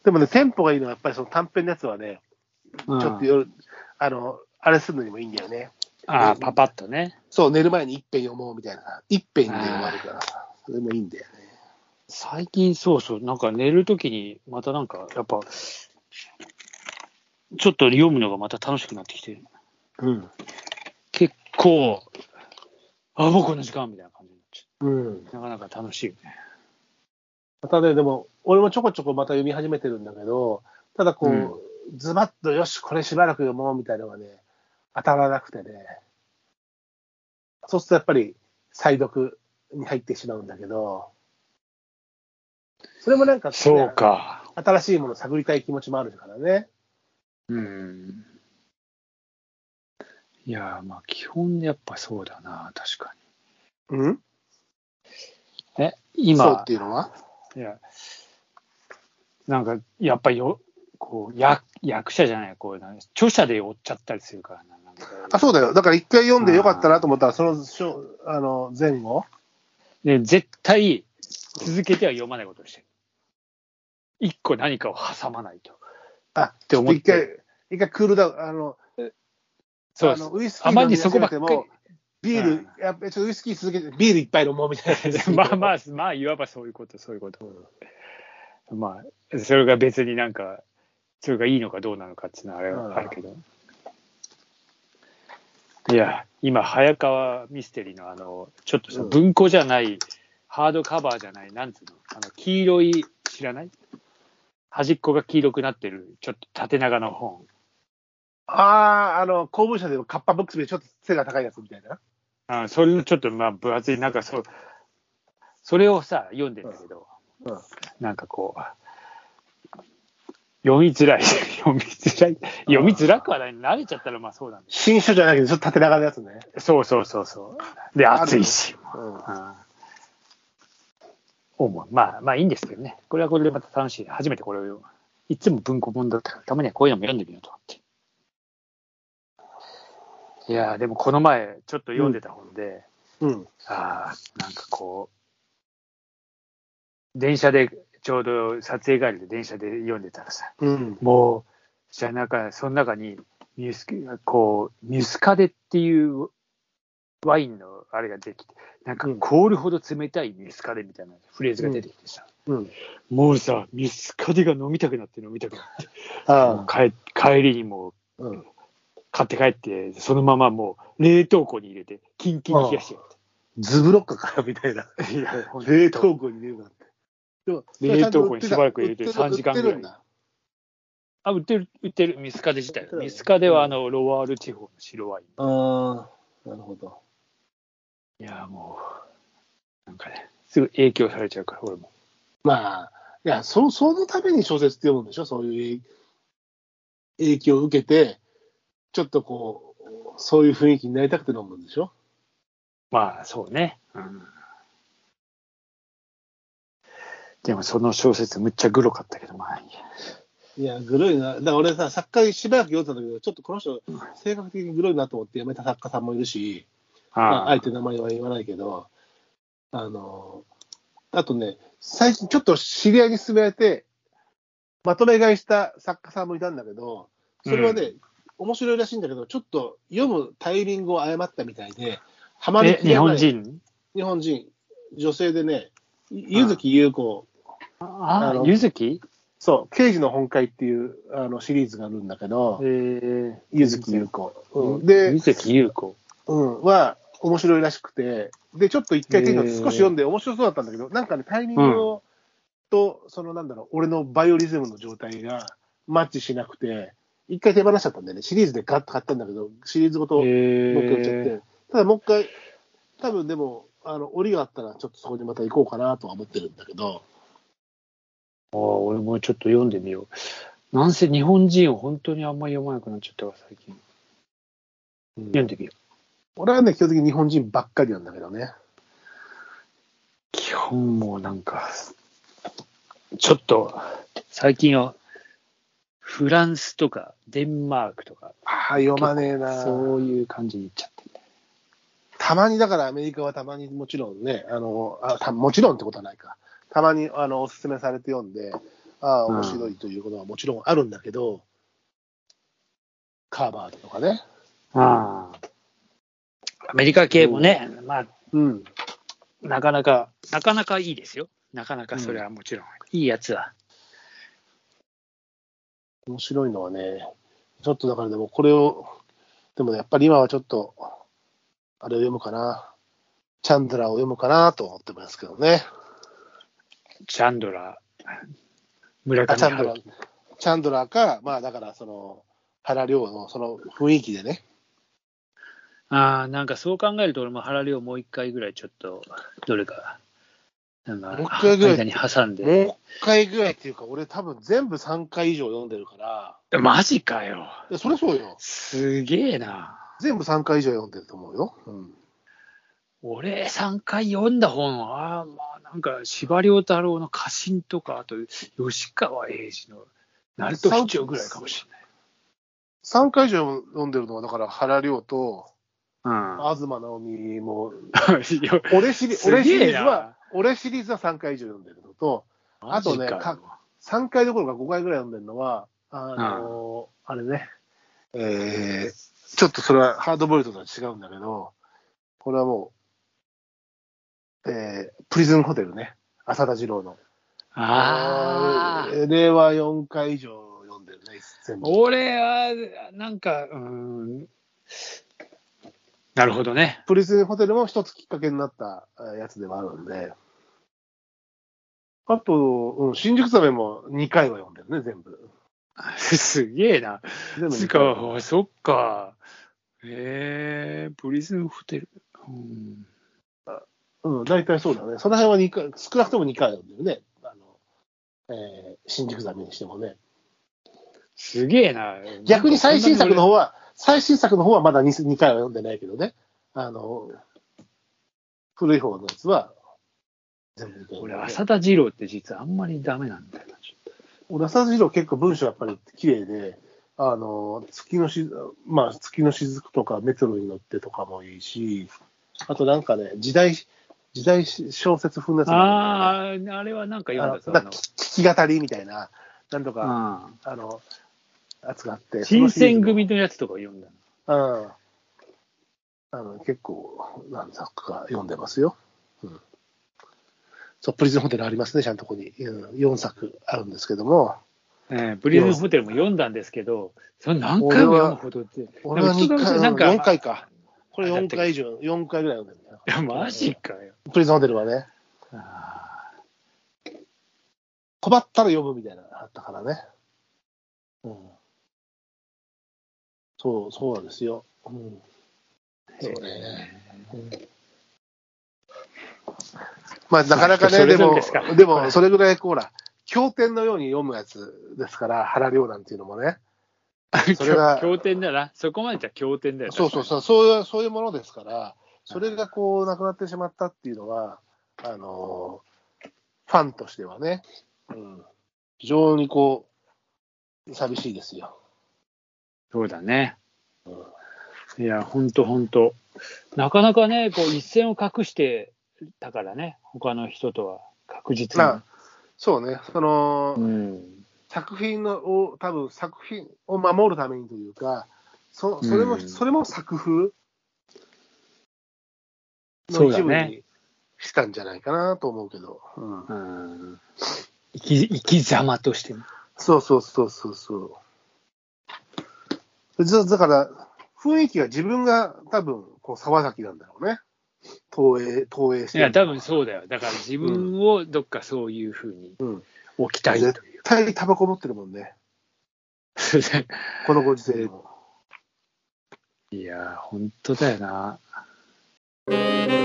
でもね、テンポがいいのはやっぱりその短編のやつはね、ちょっと夜、あれするのにもいいんだよね。 パパッとね。 そう、寝る前に一編読もうみたいな。一編で終わるからさ、それもいいんだよね。 最近そうそう、なんか寝るときに、またなんか、やっぱ、ちょっと読むのがまた楽しくなってきて、 うん。 結構、もうこの時間みたいな感じになっちゃうん。 う。なかなか楽しいよね。 またね、でも、俺もちょこちょこまた読み始めてるんだけど、ただこう、ズバッとよし、これしばらく読もうみたいなのがね、当たらなくてね。そうするとやっぱり、再読に入ってしまうんだけど、それもなんか、ね、 そうか。 新しいものを探りたい気持ちもあるからね。 いやー、まあ、基本やっぱそうだな、確かうん？ に。今、 そうっていうのは？ いや、なんか、やっぱりこう、役者じゃない、こう、著者で追っちゃったりするからな。なんかそうだよ。だから一回読んでよかったなと思ったら、その前後。 で、絶対、続けては読まないことをしてる。一個何かを挟まないと。って思って。 一回クールダウン、 そうです。 ウイスキー飲み始めても、ビール、やっぱりウイスキー続けて、ビールいっぱい飲もうみたいな。 まあ、いわばそういうこと。まあ、それが別になんか、それがいいのかどうなのかっていうのはあるけど。いや、今、早川ミステリーのちょっとさ、文庫じゃない、ハードカバーじゃない、なんつうの、黄色い、知らない？端っこが黄色くなってる、ちょっと縦長の本。 公文社でのカッパブックスでちょっと背が高いやつみたいな。 それのちょっとまあ分厚い、なんかそれをさ、読んでんだけど、なんかこう、読みづらくはない。慣れちゃったらまあそうなんだ。 新書じゃないけど、ちょっと縦長のやつね。 そう。で、厚いし。まあいいんですけどね。これはこれでまた楽しい。初めてこれを、いつも文庫本だったから、たまにはこういうのも読んでみようと思って。いやー、でもこの前、ちょっと読んでた本で、なんかこう、電車で、ちょうど撮影帰りで電車で読んでたらさ、もう、その中にミュスカデっていうワインのあれができて、なんか凍るほど冷たいミュスカデみたいなフレーズが出てきてさ、もうさ、ミュスカデが飲みたくなって、もう帰りにもう、買って帰って、そのままもう冷凍庫に入れて、キンキンに冷やしてやる。 ズブロックかよみたいな。冷凍庫に入れるなんて。 冷凍庫にしばらく入れて3時間ぐらい。売ってる、ミスカデ自体。ミスカデはロワール地方の白ワイン。 なるほど。 いや、もう、なんかね、すぐ影響されちゃうから、俺も。 まあ、いや、そのために小説って読むんでしょ？そういう影響を受けて、ちょっとこう、そういう雰囲気になりたくて飲むんでしょ？ まあ、そうね。でも、その小説、むっちゃグロかったけど、まあいいや。 いや、グロいな。だから俺さ、作家しばらく読んだんだけど、ちょっとこの人、性格的にグロいなと思って辞めた作家さんもいるし、あえて名前は言わないけど、あとね、最近ちょっと知り合いに勧められて、まとめ買いした作家さんもいたんだけど、それはね、面白いらしいんだけど、ちょっと読むタイミングを誤ったみたいで、ハマりきらない。日本人、女性でね、柚木優子。 柚木？ そう、刑事の本会っていうシリーズがあるんだけど、柚木優子。 柚木優子。 は面白いらしくて、で、ちょっと一回手に取って少し読んで面白そうだったんだけど、なんかね、タイミングと、俺のバイオリズムの状態がマッチしなくて、一回手放しちゃったんでね、シリーズでガッと買ったんだけど、シリーズごともう一回売っちゃって、ただもう一回、多分でも、折があったらちょっとそこにまた行こうかなとは思ってるんだけど。 俺もちょっと読んでみよう。なんせ日本人を本当にあんまり読まなくなっちゃったから最近。読んでみよう。 俺はね、基本的に日本人ばっかりなんだけどね。 基本もうなんか、ちょっと、最近は、フランスとか、デンマークとか。 読まねえな。 そういう感じにいっちゃってる。 たまに、だからアメリカはたまにもちろんね、もちろんってことはないか。たまにおすすめされて読んで、 面白いということはもちろんあるんだけど、カーバーとかね。 アメリカ系もね、なかなかいいですよ。なかなかそれはもちろん、いいやつは。 面白いのはね、ちょっとだからでもこれを、でもね、やっぱり今はちょっと、あれを読むかな。チャンドラーを読むかなと思ってますけどね。 チャンドラー。村上春樹。 チャンドラーか、だから原亮のその雰囲気でね。 なんかそう考えると、俺も原亮もう一回ぐらいちょっと、どれか、 もう一回ぐらい間に挟んで。 もう一回ぐらいっていうか、俺多分全部3回以上読んでるから。 マジかよ。 そりゃそうよ。 すげえな。 全部3回以上読んでると思うよ。 俺3回読んだ本は、なんか司馬遼太郎の家臣とか、あと吉川英治の鳴門飛鳥ぐらいかもしれない。 3回以上読んでるのは、だから原亮と、東直美も、俺シリーズは3回以上読んでるのと、あとね、3回どころか5回ぐらい読んでるのは、あれね、ちょっとそれはハードボイルドとは違うんだけど、これはもう、プリズンホテルね、浅田次郎の。令和4回以上読んでるね、全部。 俺は、なんか、なるほどね。 プリズンホテルも一つきっかけになったやつではあるんで。あと、新宿ザメも2回は読んでるね、全部。 すげえな。そっか。プリズンホテル。 大体そうだね。その辺は2回、少なくとも2回読んでるね。新宿ザメにしてもね。 すげえな。 逆に最新作の方はまだ 2回は読んでないけどね。古い方のやつは全部、 俺、浅田次郎って実はあんまりダメなんだよな。 俺、浅田次郎結構文章やっぱり綺麗で、月の雫とかメトロに乗ってとかもいいし、あとなんかね、時代小説風のやつもあれはなんか読んだ聞き語りみたいな、なんとか、やつがあって。 新選組のやつとか読んだの。結構、何作か読んでますよ。そう、プリズンホテルありますね、ちゃんとここに。4作あるんですけども。 プリズンホテルも読んだんですけど、その何回も読むほどって。 俺は4回か。これ4回ぐらい読んでるね。 いや、マジかよ。 プリズンホテルはね。困ったら読むみたいなのがあったからね。そうなんですよ。そうね。なかなかね、でも、それぐらい経典のように読むやつですから、原亮なんていうのもね。 それが経典だな。そこまでじゃ経典だよ。 そういうものですから、それがなくなってしまったっていうのは、ファンとしてはね、非常に寂しいですよ。 そうだね。いや、ほんと。なかなかね、一線を画してたからね、他の人とは確実に。 そうね、作品を守るためにというか、それも作風の一部にしたんじゃないかなと思うけど。 生き様としても。 そう。だから、雰囲気が自分が多分、沢崎なんだろうね。投影してる。 いや、多分そうだよ。だから自分をどっかそういうふうに置きたいという。 絶対タバコ持ってるもんね。このご時世でも。 いや、本当だよな。